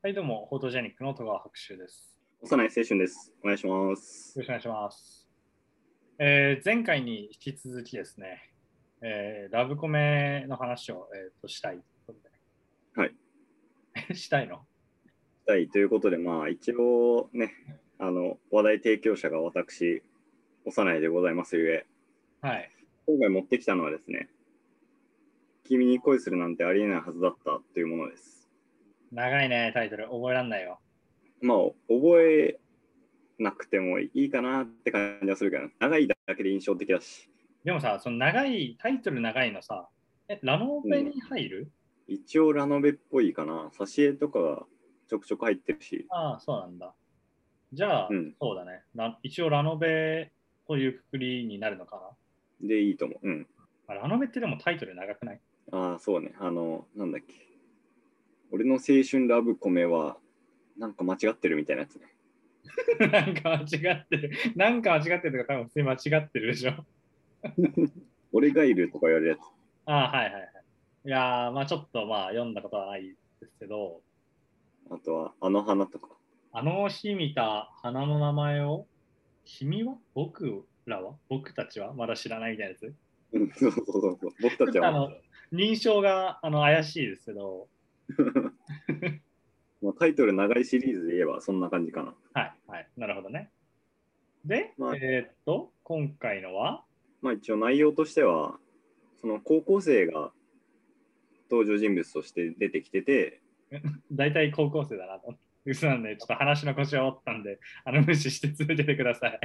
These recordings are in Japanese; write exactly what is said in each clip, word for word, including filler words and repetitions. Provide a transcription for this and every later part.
はい、どうも、フォートジェニックの戸川白秋です。 幼い青春です。お願いします。 よろしくお願いします。えー前回に引き続きですね、えーラブコメの話を、えーとしたいということはい。 で。したいのはい。ということで、まあ、一応ね、あの、話題提供者が私、幼いでございますゆえ、 はい。 今回持ってきたのはですね、君に恋するなんてありえないはずだったというものです。 長いね、タイトル。覚えらんないよ。 まあ、覚えなくてもいいかなって感じはするけど、長いだけで印象的だし、 でもさ、その長い、タイトル長いのさ、え、ラノうん。 ベに入る？ 一応ラノベっぽいかな。挿絵とかがちょくちょく入ってるし、 ああ、そうなんだ。じゃあ、 うん。 そうだね。ラ一応ラノベというくくりになるのかで、いいと思う。うん。 な。あラノベってでもタイトル長くない？ ああ、そうね。あの、なんだっけ。俺の青春ラブコメは、なんか間違ってるみたいなやつね。 なんか間違ってる。なんか間違ってるとか多分普通に間違ってるでしょ。 俺がいるとか言われるやつ。 ああ、はいはいはい。いやー、まあちょっとまあ読んだことはないですけど、 あとは、あの花とか。 あの日見た花の名前を、君は僕らは僕たちはまだ知らないみたいなやつ。ちうん、そうそうそうそう。僕たちはまだ、 ょっとあの、認証があの怪しいですけど、 まあ、タイトル長いシリーズで言えばそんな感じかな。 はいはい、なるほどね。で、 まあ、 えーっと、今回のは、 まあ一応内容としては、その高校生が登場人物として出てきてて、 大体高校生だなと。嘘なんで、ちょっと話の腰を折ったんで、あの無視して続けてください。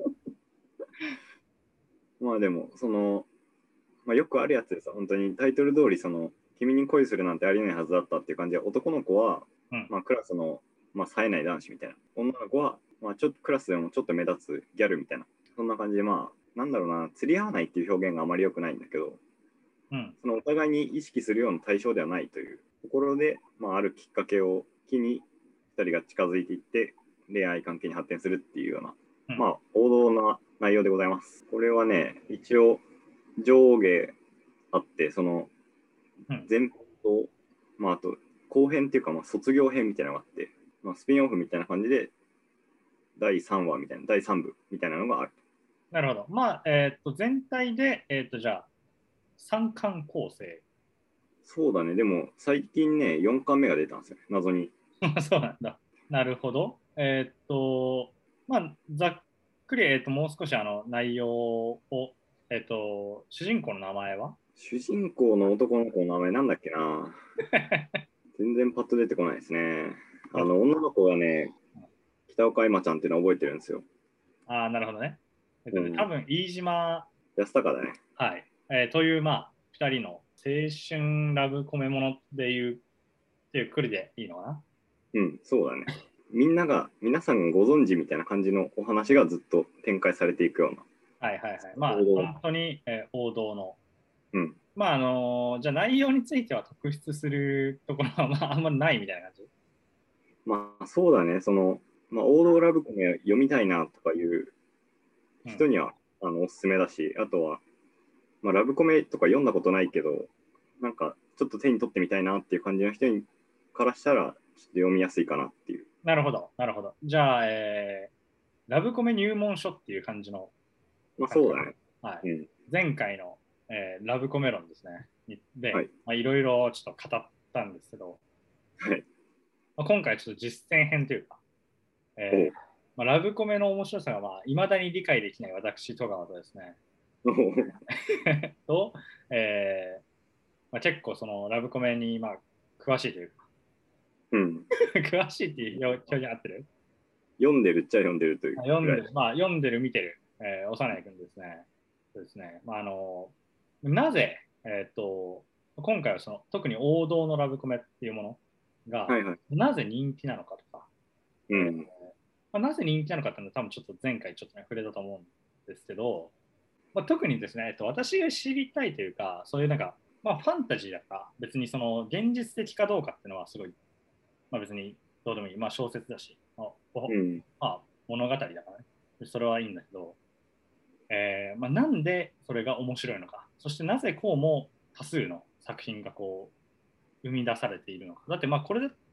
まあでも、その、まあ、よくあるやつでさ、本当にタイトル通り、その、君に恋するなんてありえないはずだったっていう感じで、男の子は、 うん、 まあクラスの、まあ冴えない男子みたいな。女の子は、まあちょっとクラスでもちょっと目立つギャルみたいな。そんな感じで、まあ、なんだろうな、釣り合わないっていう表現があまり良くないんだけど、 うん、 そのお互いに意識するような対象ではないというところで、まあ、あるきっかけを機にふたりが近づいていって恋愛関係に発展するっていうような、 うん、 まあ、王道な内容でございます。これはね、一応上下あって、そのうん。 前編と、まあ、あと後編っていうか、まあ、卒業編みたいなのがあって、まあ、スピンオフみたいな感じでだいさんわみたいな、だいさん部みたいなのがある。 なるほど。まあ、えーっと、全体で、えーっと、じゃあ、三巻構成。 そうだね、でも最近ね、よんかんめが出たんですよ、謎に。 そうなんだ。なるほど。えーっと、まあ、ざっくり、えーっと、もう少しあの内容を、えーっと、主人公の名前は？ 主人公の男の子の名前なんだっけな。全然パッと出てこないですね。あの、女の子がね、北岡愛馬ちゃんっていうのは覚えてるんですよ。 ああ、なるほどね。えっとね、多うん。 分、飯島、 安高だね。 はい。えーという、まあ、二人の青春ラブコメものでいう、っていうくりでいいのかな。 うん、そうだね。みんなが、皆さんがご存知みたいな感じのお話がずっと展開されていくような。 はいはいはい。まあ、 王道。 本当に、えー王道の。 うん。 まあ、あのーじゃあ内容については特筆するところは、まあ、あんまりないみたいな感じ。 まあ、そうだね。その、まあ、王道ラブコメ読みたいなとかいううん。 人には、あの、おすすめだし、あとは、まあ、ラブコメとか読んだことないけど、なんか、ちょっと手に取ってみたいなっていう感じの人にからしたら、ちょっと読みやすいかなっていう。 なるほど、なるほど。じゃあ、えーラブコメ入門書っていう感じのまあ、 感じかそうだね。 な。はい。 うん。 前回の、えーラブコメ論ですね。で、 はい。 まあ、いろいろちょっと語ったんですけど、 はい。 まあ、今回ちょっと実践編というか、えーおう。 まあ、ラブコメの面白さが、まあ、未だに理解できない私、戸川とですね、 おう。 と、えーまあ、結構そのラブコメに、まあ、詳しいというか、 うん。 詳しいっていう表現合ってる？ 読んでるっちゃ読んでるというぐらい。 読んでる、まあ、読んでる、見てる、えー、幼い君ですね。そうですね。まあ、あの、なぜ、えっと、今回はその、特に王道のラブコメっていうものが、 はいはい。 なぜ人気なのかとか、えーうん。 まあ、なぜ人気なのかっていうのは多分ちょっと前回ちょっとね、触れたと思うんですけど、まあ、特にですね、えっと、私が知りたいというか、そういうなんか、まあ、ファンタジーだから、別にその、現実的かどうかっていうのはすごい、まあ別にどうでもいい。まあ小説だし、まあ、 うん。 まあ、物語だからね。それはいいんだけど、えーまあ、なんでそれが面白いのか、そしてなぜこうも多数の作品がこう生み出されているのか。だってまあこれで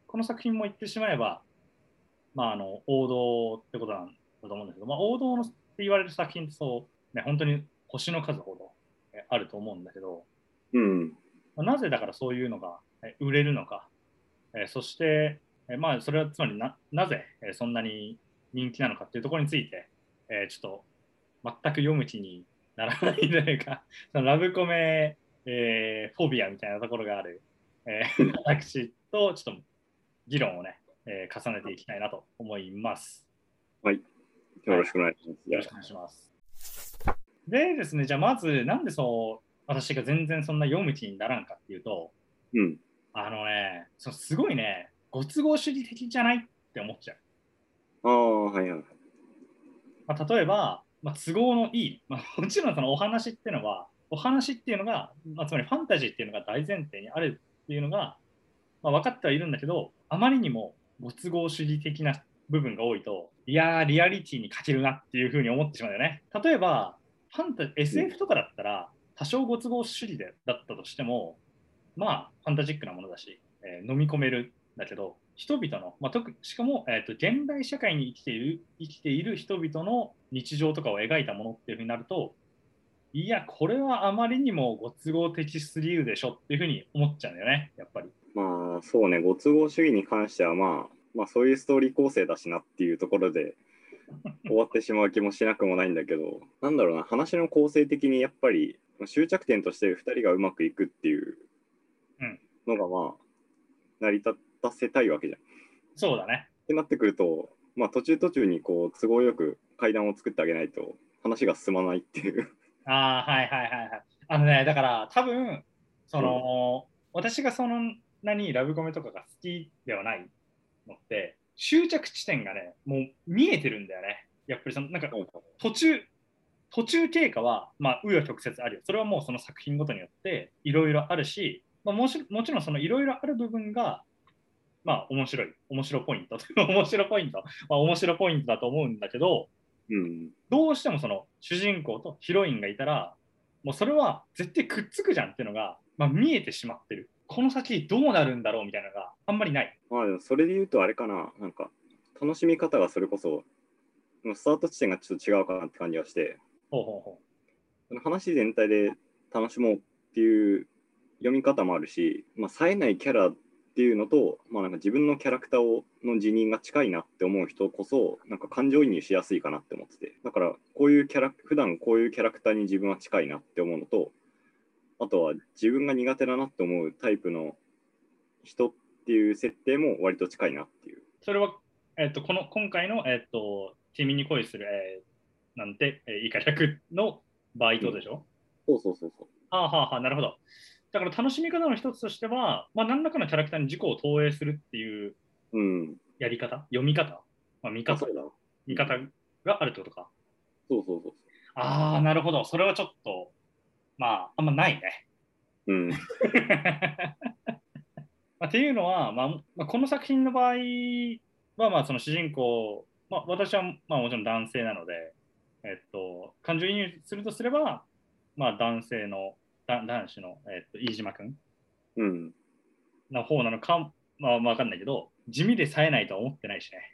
この作品も言ってしまえば、まあ、あの王道ってことなんだと思うんですけど、まあ、王道のって言われる作品ってそう、ね、本当に星の数ほどあると思うんだけど、 うん。 なぜだからそういうのが売れるのか、そして、まあ、それはつまり な, なぜそんなに人気なのかっていうところについて、ちょっと全く読む気にならないというか、そのラブコメ、えー、フォビアみたいなところがある、えー、私とちょっと議論をね、えー、重ねていきたいなと思います。 はい。よろしくお願いします。 はい、よろしくお願いします。でですね、じゃあまず、なんでそう、私が全然そんな読む気にならんかっていうと、 うん。 あのね、そうすごいね、ご都合主義的じゃないって思っちゃう。 ああ、はいはい。 まあ、例えば、まあ、都合のいい、まあ、もちろんそのお話っていうのは、お話っていうのが、まあ、つまりファンタジーっていうのが大前提にあるっていうのが、まあ、分かってはいるんだけど、あまりにもご都合主義的な部分が多いと、いやー、リアリティに欠けるなっていうふうに思ってしまうよね。例えば、ファンタ エスエフ とかだったら、多少ご都合主義でだったとしても、まあ、ファンタジックなものだし、えー飲み込めるんだけど、人々の、まあ、特しかも、えーと、現代社会に生きている生きている人々の日常とかを描いたものっていうふうになると、いや、これはあまりにもご都合的すぎるでしょっていうふうに思っちゃうんだよね、やっぱり。 まあ、そうね、ご都合主義に関しては、まあ、まあ、そういうストーリー構成だしなっていうところで終わってしまう気もしなくもないんだけど、なんだろうな、話の構成的にやっぱり終着点としてふたりがうまくいくっていうのが、まあ、成り立たせたいわけじゃん。 そうだね。 ってなってくると、まあ、途中途中にこう都合よく階段を作ってあげないと話が進まないっていうああ、はいはいはいはい。あのね、だから多分、そうんの、私がそんなにラブコメとかが好きではないのって、終着地点がね、もう見えてるんだよね。やっぱりその、なんか、途中、途中経過は、まあ、紆余曲折あるよ。それはもうその作品ごとによっていろいろあるし、まあ、もしもちろんそのいろいろある部分が、まあ、面白い、面白ポイント、面白ポイント、まあ、面白ポイントだと思うんだけど、 うん、 どうしてもその主人公とヒロインがいたら、もうそれは絶対くっつくじゃんっていうのが、まあ、見えてしまってる。この先どうなるんだろうみたいなのがあんまりない。 まあでもそれで言うとあれかな、なんか楽しみ方がそれこそスタート地点がちょっと違うかなって感じがして、 ほうほうほその話全体で楽しもうっていう読み方もあるし、まあ、冴えないキャラっていうのと、まあ、なんか自分のキャラクターをの辞任が近いなって思う人こそなんか感情移入しやすいかなって思ってて、だからこういうキャラ普段こういうキャラクターに自分は近いなって思うのと、あとは自分が苦手だなって思うタイプの人っていう設定も割と近いなっていう。 それは、えっと、この今回の、えっと、君に恋する、えーなんて、えー、以下略の場合ってことでしょ、 うん、そうそうそうそう。 はあはあはあ、なるほど。だから楽しみ方の一つとしては、まあ、何らかのキャラクターに自己を投影するっていううん。 やり方、読み方、まあ、見あ、 方、 そうだ。 見方があるってことか。 そうそうそう。 ああ、なるほど。それはちょっと、まあ、あんまないね。 うん。 まあ、っていうのは、まあまあ、この作品の場合は、まあ、その主人公、まあ、私は、まあ、もちろん男性なので、えっと、感情移入するとすれば、まあ、男性の、だ男子の、えっと、飯島君うん。 の方なのか、まあ、わかんないけど、地味で冴えないとは思ってないしね。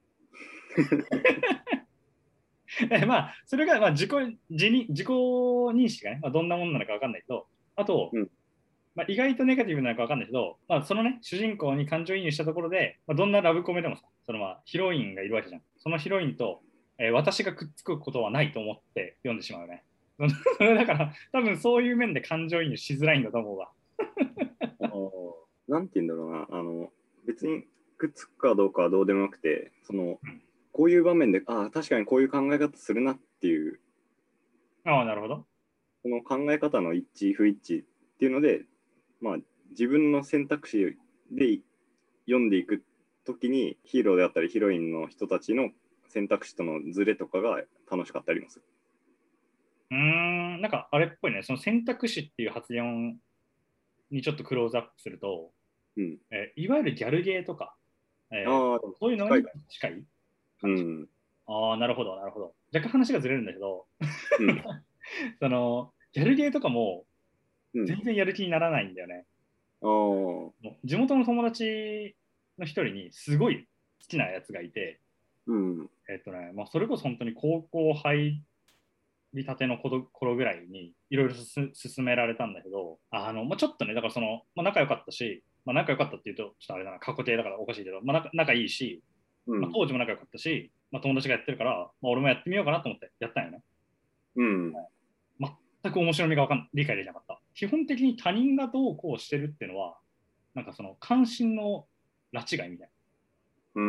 まあ、それが、まあ、自己、自に自己認識がね、まあ、どんなものなのかわかんないけど、あと、 うん。 まあ、意外とネガティブなのかわかんないけど、まあ、そのね、主人公に感情移入したところで、まあ、どんなラブコメでもさ、そのまあヒロインがいるわけじゃん。そのヒロインと、えー私がくっつくことはないと思って読んでしまうね。それだから、多分そういう面で感情移入しづらいんだと思うわ。 あーなんて言うんだろうな、あの、別にくっつくかどうかはどうでもよくて、その、こういう場面で、ああ、確かにこういう考え方するなっていう、 ああ、なるほど。 この考え方の一致、不一致っていうので、まあ、自分の選択肢で読んでいくときに、ヒーローであったりヒロインの人たちの選択肢とのズレとかが楽しかったりもする。 うーん、なんかあれっぽいね、その選択肢っていう発言にちょっとクローズアップすると、 うん。 えーいわゆるギャルゲーとか、えーああ、 そういうのに近い。 近い感じ。 うん。 ああ、なるほど、なるほど。若干話がずれるんだけど、 うん。 その、ギャルゲーとかもうん。 全然やる気にならないんだよね。 ああ、 もう地元の友達の一人にすごい好きなやつがいて、 うん。 えっとね、まあ、それこそ本当に高校入りたての頃ぐらいにいろいろ勧められたんだけど、あの、まあ、ちょっとね、だからその、まあ、仲良かったし、まあ、仲良かったっていうと、ちょっとあれだな、過去形だからおかしいけど、まあ、仲仲いいし、まあ、 うん。 当時も仲良かったし、まあ、友達がやってるから、まあ、俺もやってみようかなと思ってやったんよね。 うん。 全く面白みがわかん理解できなかった。基本的に他人がどうこうしてるっていうのは、なんかその関心の拉致外みたいうん。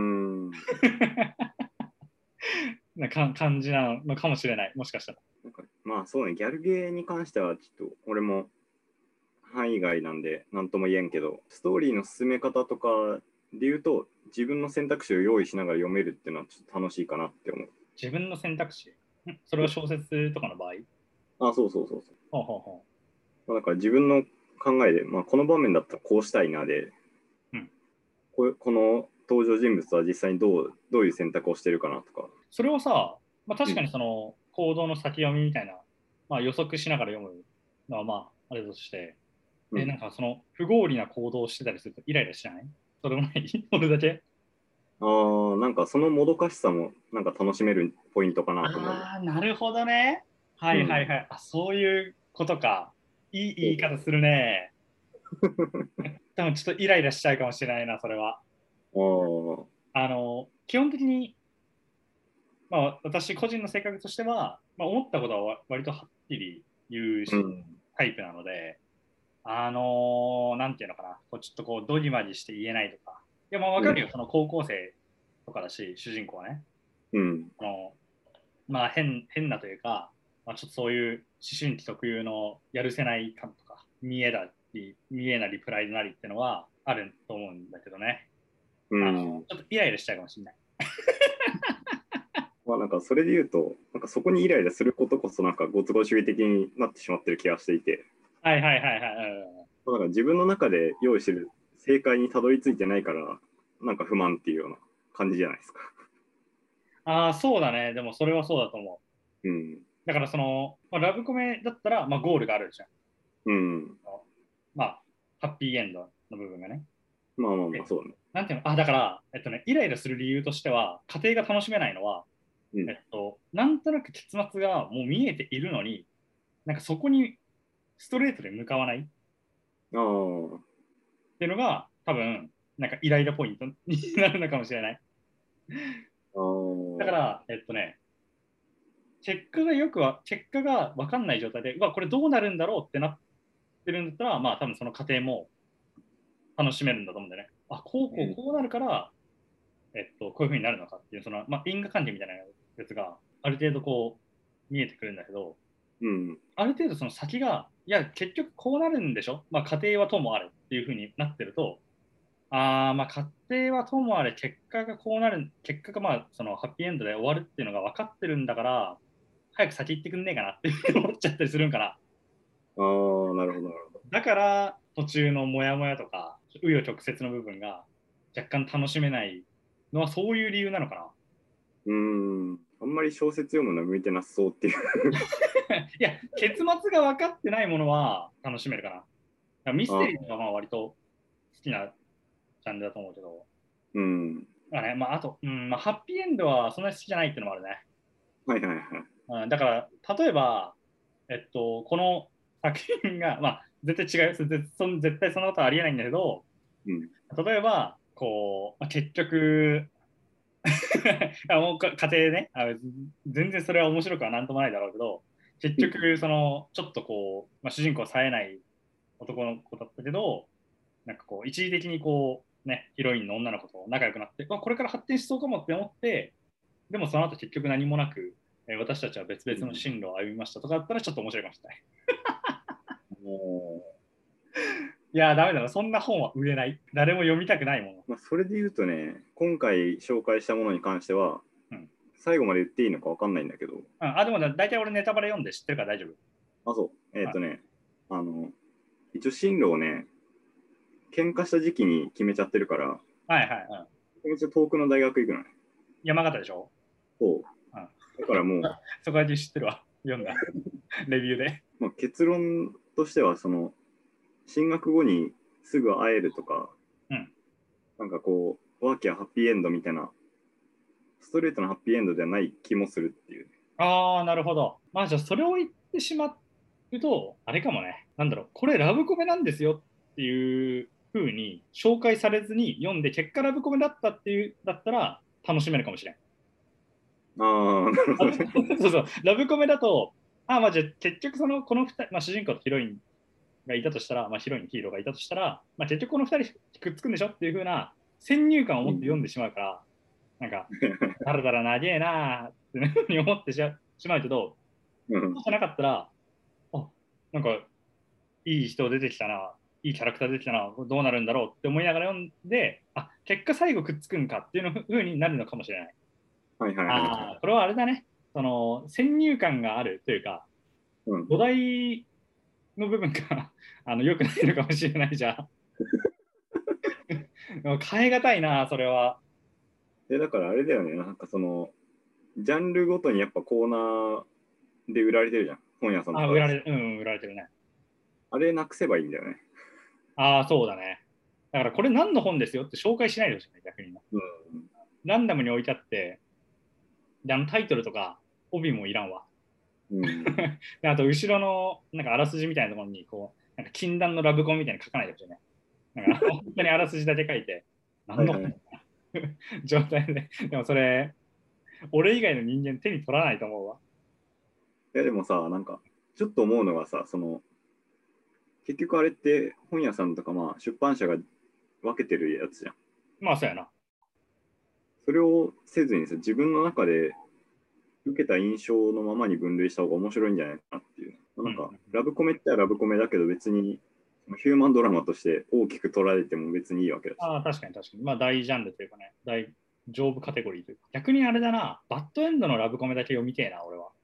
なか感じなのかもしれない、もしかしたら。 なんかまあそうね、ギャルゲーに関してはちょっと俺も範囲外なんで何とも言えんけど、ストーリーの進め方とかで言うと、自分の選択肢を用意しながら読めるっていうのはちょっと楽しいかなって思う。 自分の選択肢、それは小説とかの場合。 あ、そうそうそうそう。 ほうほうほまあ、だから自分の考えで、まあ、この場面だったらこうしたいなで、 うん、 ここの登場人物は実際にどうどういう選択をしてるかなとか。 それをさ、まあ、確かにその行動の先読みみたいな、まあ、予測しながら読むのはまああれとして、え、 うん、 なんかその不合理な行動をしてたりするとイライラしない？それもない俺だけ？ あーなんかそのもどかしさもなんか楽しめるポイントかなと思う。 ああ、なるほどね。はうん、 いはいはい。あ、そういうことか。いい言いそう方するね。多分ちょっとイライラしちゃうかもしれないな、それは。 そう。 あの、基本的に、まあ、私個人の性格としては、まあ、思ったことは割とはっきり言うああ、うん、 タイプなので、あのーなんていうのかな、こうちょっとこう、ドギマギして言えないとか。いや、まあ、わうん、 かるよ、その高校生とかだし、主人公はね。 うん、 あのまあ変、変なというか、まあ、ちょっとそういう思春期特有のやるせない感とか、見えなり、見えなりプライドなりっていうのはあると思うんだけどね。あのうん。 ちょっとイライラしちゃうかもしれない。 まあなんかそれで言うと、なんかそこにイライラすることこそなんかご都合主義的になってしまってる気がしていて、 はいはいはいはい。 なんか自分の中で用意してる正解にたどり着いてないから、なんか不満っていうような感じじゃないですか。 ああ、そうだね。でもそれはそうだと思う。 うん。 だからその、まあ、ラブコメだったら、まあ、ゴールがあるじゃん。 うん。 まあ、ハッピーエンドの部分がね。 まあまあまあ、 でそうね。 なんていうの、あ、だから、えっとね、イライラする理由としては、家庭が楽しめないのは、 うん。 えっと、なんとなく結末がもう見えているのに、なんかそこにストレートで向かわないっああ、 ていうのが、多分、なんかイライラポイントになるのかもしれない。 ああ、 だから、えっとね、結果がよくは、結果が分かんない状態で、うわ、これどうなるんだろうってなってるんだったら、まあ多分その過程も楽しめるんだと思うんだよね。あ、こうこうこうなるから、えっと、こういう風になるのかっていう、その、まあ、因果関係みたいなやつがある程度こう見えてくるんだけど、 うん。 ある程度その先が、いや、結局こうなるんでしょ、まあ、家庭はともあれっていう風になってると、ああ、まあ家庭はともあれ、結果がこうなる、結果がまあそのハッピーエンドで終わるっていうのが分かってるんだから、早く先行ってくんねえかなって思っちゃったりするんかな。 ああ、なるほど、なるほど。 だから途中のモヤモヤとか、紆余曲折の部分が若干楽しめないのはそういう理由なのかな。 うーん。あんまり小説読むの向いてなさそうっていう。 いや、結末が分かってないものは楽しめるかな。ミステあ、 リーとかまあ割と好きなジャンルだと思うけど、 うん。 まあね、まあ、あと、うんまあ、ハッピーエンドはそんなに好きじゃないっていうのもあるね。 はいはいはい。 うん、だから、例えば、えっと、この作品が、まあ、絶対違うよ。絶そん絶対そんなことはありえないんだけど、 うん。 例えば、こう、まあ、結局あもうか家庭ねあ、全然それは面白くはなんともないだろうけど、結局、その、ちょっとこう、まあ、主人公は冴えない男の子だったけど、なんかこう、一時的にこう、ね、ヒロインの女の子と仲良くなって、これから発展しそうかもって思って、でもその後結局何もなく、えー私たちは別々の進路を歩みましたとかだったらちょっと面白いかもしれない。 もいやー、ダメだな。そんな本は売れない。誰も読みたくないもの。 うまあ、それで言うとね、今回紹介したものに関しては、 うん。 最後まで言っていいのか分かんないんだけど、 あ、あでもだ大体俺ネタバレ読んで知ってるから大丈夫。 あ、そう、えっ、 はいとね、あの、一応進路をね、喧嘩した時期に決めちゃってるから、 はいはい。うん、 めっちゃ遠くの大学行くのね。 山形でしょ？ そう。 うん。 だからもう、 そこは知ってるわ。読んだ。レビューで。 まあ、結論としては、その、進学後にすぐ会えるとか、 うん。 なんかこう、ワーキャーハッピーエンドみたいな、ストレートなハッピーエンドではない気もするっていう。 ああ、なるほど。まあじゃあそれを言ってしまうと、あれかもね。なんだろう、これラブコメなんですよっていう風に紹介されずに読んで、結果ラブコメだったっていう、だったら楽しめるかもしれん。 ああ、なるほどね。 そうそう、ラブコメだと、ああ、まあじゃあ結局その、この二人、まあ主人公とヒロインがいたとしたら、まあヒロイン、ヒーローがいたとしたら、まあ結局この二人くっつくんでしょっていう風な先入観を持って読んでしまうから、なんか、だらだら長えなーってねふうに思ってしまうけど、 うん、 そうじゃなかったら、あ、なんかいい人出てきたな、いいキャラクター出てきたな、どうなるんだろうって思いながら読んで、あ、結果最後くっつくんかっていうの風になるのかもしれない。 はいはいはいはい。 ああ、これはあれだね。その先入観があるというか、 うん、 土台の部分があの良くないのかもしれないじゃん。変えがたいな、それは。 で、だからあれだよね、なんかその、ジャンルごとにやっぱコーナーで売られてるじゃん、本屋さんとあ、 かで。 売られる、うん、売られてるね。 あれなくせばいいんだよね。 ああ、そうだね。だからこれ何の本ですよって紹介しないでほしいね、逆にね。 うん。 ランダムに置いてあって、で、あのタイトルとか帯もいらんわ。 うん。 で、あと後ろのなんかあらすじみたいなところに、こう、なんか禁断のラブコンみたいに書かないでほしいね。なんか本当にあらすじだけ書いて、何のはいはい。 状態で、でもそれ、俺以外の人間手に取らないと思うわ。 いやでもさ、なんか、ちょっと思うのがさ、その、結局あれって本屋さんとかまあ出版社が分けてるやつじゃん。 まあ、そうやな。 それをせずにさ、自分の中で受けた印象のままに分類した方が面白いんじゃないかなっていう。 うん。 なんか、ラブコメってラブコメだけど別にヒューマンドラマとして大きく捉えても別にいいわけだし。 ああ、確かに確かに。まあ、大ジャンルというかね、大上部カテゴリーというか。逆にあれだな、バッドエンドのラブコメだけ読みてえな、俺は。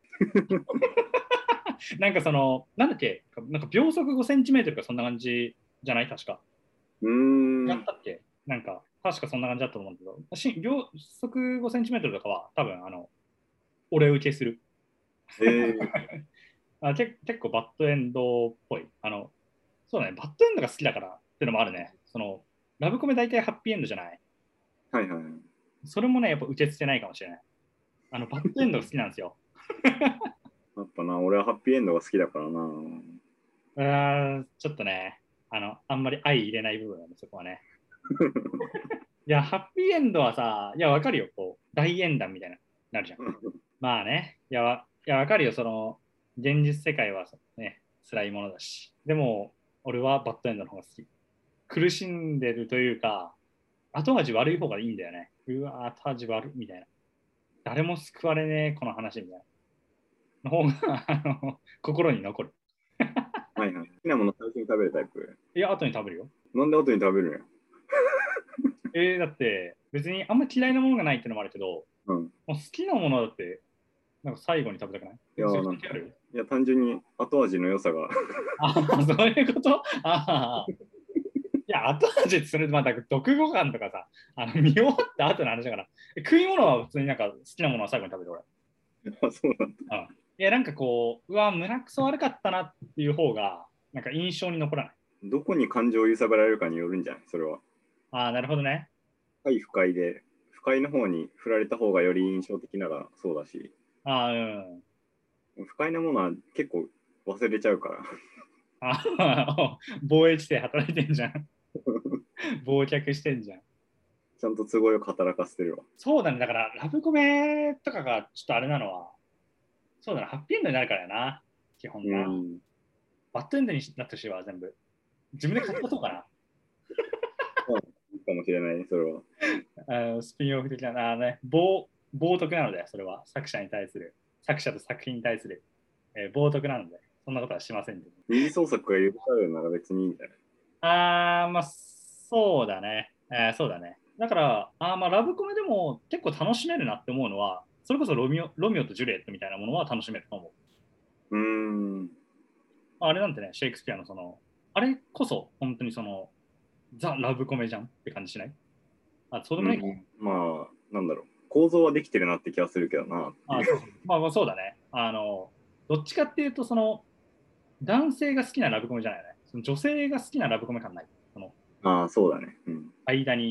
なんかその、なんだっけ、なんか秒速ごセンチメートルかそんな感じじゃない確か。 うーん。 やったっけなんか、確かそんな感じだったと思うんだけど、し秒速ごセンチメートルとかは多分、あの、俺受けする。 えー、 あけ結構バッドエンドっぽい。あの、そうだね、バッドエンドが好きだからっていうのもあるね。その、ラブコメ大体ハッピーエンドじゃない。 はいはい。 それもね、やっぱ受け付けないかもしれない。あの、バッドエンドが好きなんですよ。 やっぱな、俺はハッピーエンドが好きだからな。 うーん、ちょっとね、あの、あんまり相入れない部分だね、そこはね。いや、ハッピーエンドはさ、いや、わかるよ、こう、大演談みたいな、なるじゃん。まあね、いや、わいや、わかるよ、その、現実世界はね、辛いものだし。でも、俺はバッドエンドの方が好き。苦しんでるというか、後味悪い方がいいんだよね。うわ、後味悪いみたいな。誰も救われねえ、この話みたいな。の方があの心に残る。 はいはい。好きなもの最初に食べるタイプ。 いや、後に食べるよ。 なんで後に食べるのよ。 えー、だって、別にあんま嫌いなものがないっていうのもあるけど、 うん。 もう好きなものだって、なんか最後に食べたくないいやー、 そういうなんか、 時あるいや、単純に後味の良さが。 ああ、そういうことああ。いや、後味ってそれまた毒ご飯とかさ、あの見終わった後の話だから、食い物は普通になんか好きなものは最後に食べる俺。 あ、そうなんだ。 うん。いや、なんかこう、うわ、胸くそ悪かったなっていう方が、なんか印象に残らない。 どこに感情を揺さぶられるかによるんじゃないそれは。 ああ、なるほどね。 快不快で、不快の方に振られた方がより印象的ならそうだし、 ああ、うん。 不快なものは結構忘れちゃうから。 ああ、防衛地で働いてんじゃん。忘却してんじゃん。 ちゃんと都合よく働かせてるわ。 そうだね。だから、ラブコメとかがちょっとあれなのは、そうだな、ハッピーエンドになるからやな。基本うな。 ん。 バッドエンドになってほしいわ、全部。自分で書き出そうかな。 まあ、いいかもしれないね、それは。 あのスピンオフ的な、あね、冒冒涜なので、それは作者に対する、作者と作品に対する、えー冒涜なので、そんなことはしませんけど。 二次創作が許されるなら別にいいんじゃないあー、まあ、そうだね。えーそうだね。だから、あーまあ、ラブコメでも結構楽しめるなって思うのは、それこそロミオロミオとジュリエットみたいなものは楽しめると思う。 うーん。 あれなんてね、シェイクスピアのその、あれこそ本当にその、ザ・ラブコメじゃんって感じしない？あ、そうでもないか。 うん、まあ、なんだろう。構造はできてるなって気がするけどなっていう。 あ、そうそう。まあまあそうだね。あの、どっちかっていうと、その、男性が好きなラブコメじゃないよね。その女性が好きなラブコメ感ない。その、 ああ、そうだね。うん。 間に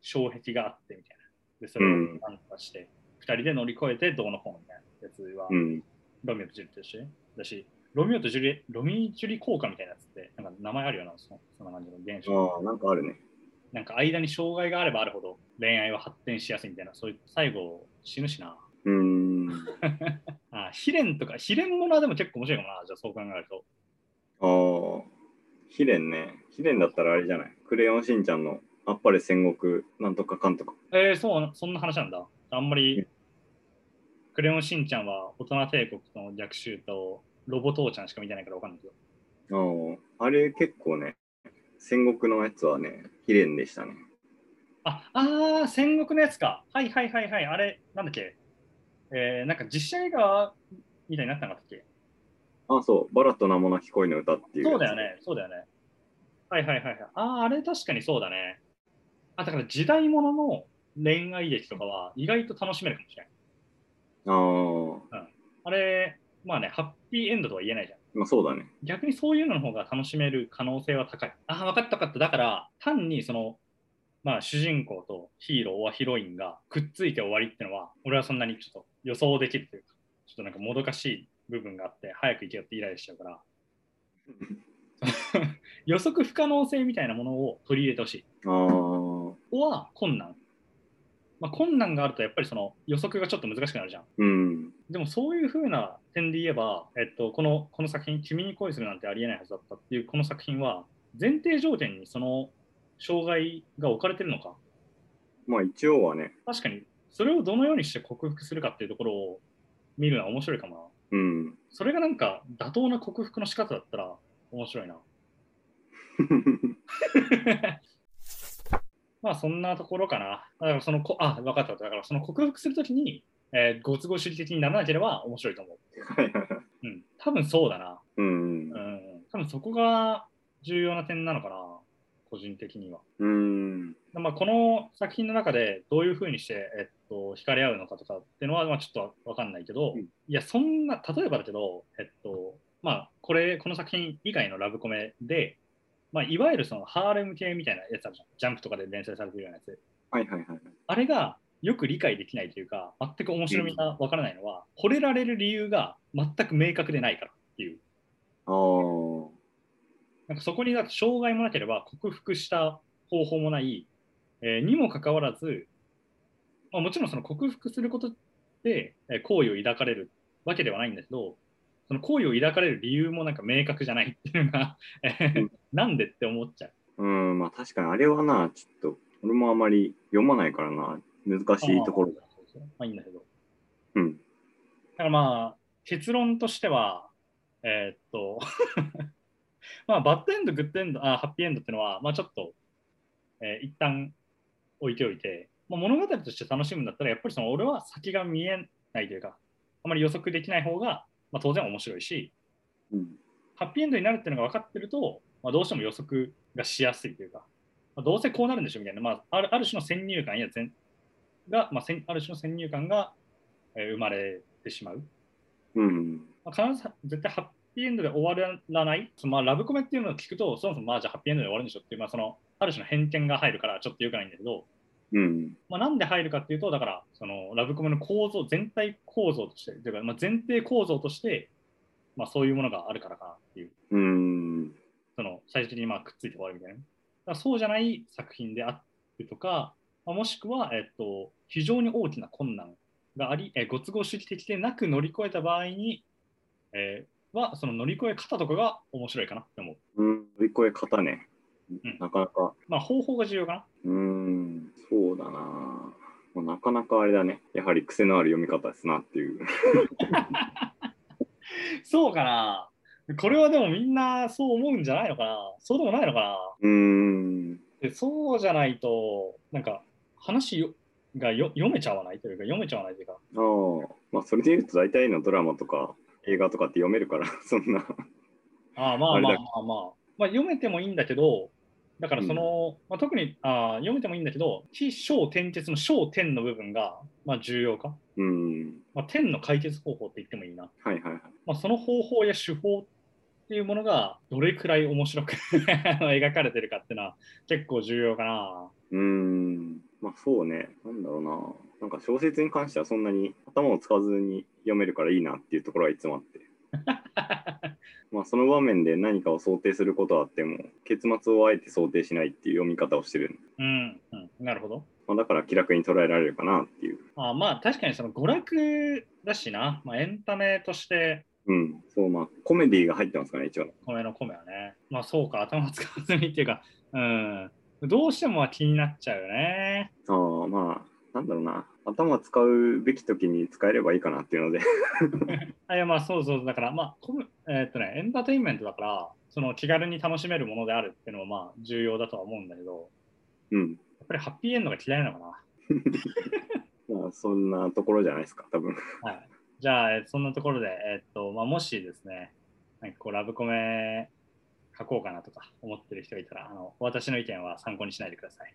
障壁があってみたいな。で、それを何とかして、ふたりで乗り越えてどうのこうのみたいなやつは、 うん、 ロミオとジュリエットだし、だし、ロミオとジュリエロミジュリ効果みたいなやつって、なんか名前あるよな、そのそんな感じの現象。 ああ、なんかあるね。 なんか間に障害があればあるほど恋愛は発展しやすいみたいな、そういう最後死ぬしな。 うーん。 あ、悲恋とか、悲恋ものはでも結構面白いかもな、じゃあそう考えると。 ああ、悲恋ね。悲恋だったらあれじゃない。クレヨンしんちゃんのあっぱれ戦国なんとかかんとか。 えー、そう、そんな話なんだ。あんまり、クレヨンしんちゃんは大人帝国の逆襲とロボ父ちゃんしか見てないからわかんないけど。 ああ、あれ結構ね、戦国のやつはね、悲恋でしたね。 あ、あー、戦国のやつか。はいはいはいはい。あれ、なんだっけ。えー、なんか実写映画みたいになったんだっけ。 ああ、そう、バラと名もなき恋の歌っていうやつ。 そうだよね、そうだよね。はいはいはいはい。ああ、あれ確かにそうだね。あ、だから時代物の恋愛劇とかは意外と楽しめるかもしれああ、 ない。うん。あれ、まあね、ハッピーエンドとは言えないじゃん。 まあそうだね。 逆にそういうのの方が楽しめる可能性は高い。ああ、分かった分かった。だから、単にその、まあ主人公とヒーローはヒロインがくっついて終わりっていうのは、俺はそんなにちょっと予想できるというか、ちょっとなんかもどかしい部分があって、早く行けよってイライラしちゃうから、予測不可能性みたいなものを取り入れてほしい。 ああ、 は困難。まあ、困難があるとやっぱりその予測がちょっと難しくなるじゃん。 うん。 でもそういう風な点で言えば、えっと、このこの作品、君に恋するなんてありえないはずだったっていうこの作品は、前提条件にその障害が置かれてるのか。 まあ一応はね、 確かに、それをどのようにして克服するかっていうところを見るのは面白いかもな。 うん。 それがなんか妥当な克服の仕方だったら面白いな。まあそんなところかな。だからそのこ、あ、分かった。だからその克服するときに、えー、ご都合主義的にならなければ面白いと思う。うん。多分そうだな。 うん。 うん。多分そこが重要な点なのかな。個人的には。 うん。 まあ、この作品の中でどういうふうにして、えっと、惹かれ合うのかとかっていうのは、まあ、ちょっとわかんないけど、 うん、 いや、そんな、例えばだけど、えっと、まあ、これ、この作品以外のラブコメで、まあ、いわゆるそのハーレム系みたいなやつあるじゃん。ジャンプとかで連載されてるようなやつ。 はいはいはい。 あれがよく理解できないというか、全く面白みがわからないのは、惚れられる理由が全く明確でないからっていう。 ああ。 なんかそこにだって障害もなければ克服した方法もない、えーにもかかわらず、まあ、もちろんその克服することで、えー好意を抱かれるわけではないんだけど、その好意を抱かれる理由もなんか明確じゃないっていうのが、えーなんでって思っちゃう。 うん、まあ確かにあれはな、ちょっと、俺もあまり読まないからな、難しいところだ。 まあいいんだけど。 うん。 だからまあ、結論としては、えーっとまあ、バッドエンド、グッドエンド、あ、ハッピーエンドっていうのは、まあちょっと、えー一旦置いておいて、まあ、物語として楽しむんだったら、やっぱりその俺は先が見えないというか、あまり予測できない方が、まあ、当然面白いし、 うん、 ハッピーエンドになるっていうのが分かってると、まあ、どうしても予測がしやすいというか、まあ、どうせこうなるんでしょみたいな、まあ、あるある種の先入観や全が、まあ、ある種の先入観が、えー生まれてしまう。 うん、 まあ、必ず絶対ハッピーエンドで終わらない、そのまあラブコメっていうのを聞くと、そもそもまあじゃあハッピーエンドで終わるんでしょっていう、まあ、そのある種の偏見が入るからちょっとよくないんだけど、 うん、 まあ、なんで入るかっていうと、だからそのラブコメの構造、全体構造として、というかまあ前提構造として、まあ、そういうものがあるからかなっていう、 うん、 その最終的にまあくっついて終わるみたいな。だからそうじゃない作品であるとか、まあ、もしくは、えっと、非常に大きな困難があり、えーご都合主義的でなく乗り越えた場合に、えー、は、その乗り越え方とかが面白いかなって思う。 うん、乗り越え方ね。 うん。 なかなか、 まあ、方法が重要かな。 うん、そうだな。もうなかなかあれだね。やはり癖のある読み方ですなっていう。 そうかな。これはでもみんなそう思うんじゃないのかな。そうでもないのかな。 うん、 でそうじゃないと、なんか話よがよ読めちゃわないというか、読めちゃわないというか、 ああ、まあそれで言うと大体のドラマとか映画とかって読めるから、そんな、 ああまあまああれだ。 まあまあ、まあ、読めてもいいんだけど、だからそうん、 の、まあ、特にあ読めてもいいんだけど、起承転結の承点の部分が、まあ、重要か。 うん、 まあ、点の解決方法って言ってもいいな。 はいはいはい。 まあ、その方法や手法っていうものがどれくらい面白く描かれてるかっていうのは結構重要かな。 うーん、まあそうね、なんだろうな。なんか小説に関してはそんなに頭を使わずに読めるからいいなっていうところはいつもあって。まあその場面で何かを想定することはあっても、結末をあえて想定しないっていう読み方をしてる。 うん、うん、なるほど。 まあ、だから気楽に捉えられるかなっていう。 あまあ確かにその娯楽だしな、まあ、エンタメとしてうん、そう、まあコメディが入ってますかね、一応。 米の米はね。まあそうか、頭使わずにっていうか、うん、どうしても気になっちゃうよね。 ああ、まあ、なんだろうな。頭使うべき時に使えればいいかなっていうので。 あいやまあそうそう、だからまあ、コムえーっとね、エンターテインメントだから、その気軽に楽しめるものであるっていうのはまあ重要だとは思うんだけど、 うん。 やっぱりハッピーエンドが嫌いなのかな。 まあ、そんなところじゃないですか、多分。 はい。じゃあ、えーそんなところで、えーっと、まあ、もしですね、なんかこう、ラブコメ書こうかなとか思ってる人がいたら、あの私の意見は参考にしないでください。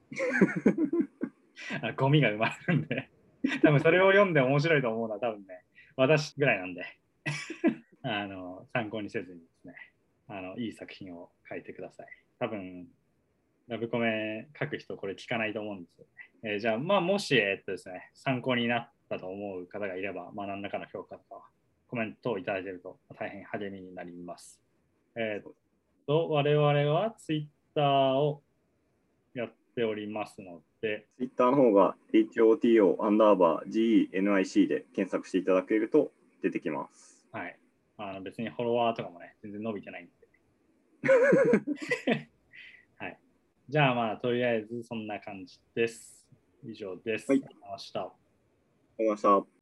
あのゴミが生まれるんで、多分それを読んで面白いと思うのは多分ね、私ぐらいなんで、あの参考にせずにですね、あのいい作品を書いてください。多分、ラブコメ書く人これ聞かないと思うんですよね。えーじゃあ、まあ、もし、えーっとですね、参考になったと思う方がいれば、まあ、何らかの評価とかコメントをいただけると大変励みになります。えーっと、我々はツイッターをやっておりますので、 ツイッターの方が エイチオーティーオー アンダーバー ジーイーエヌアイシー で検索していただけると出てきます。 はい。あの別にフォロワーとかもね、全然伸びてないんで。はい。じゃあまあ、とりあえずそんな感じです。以上です。あはい、 りがとうございました。 ありがとうございました。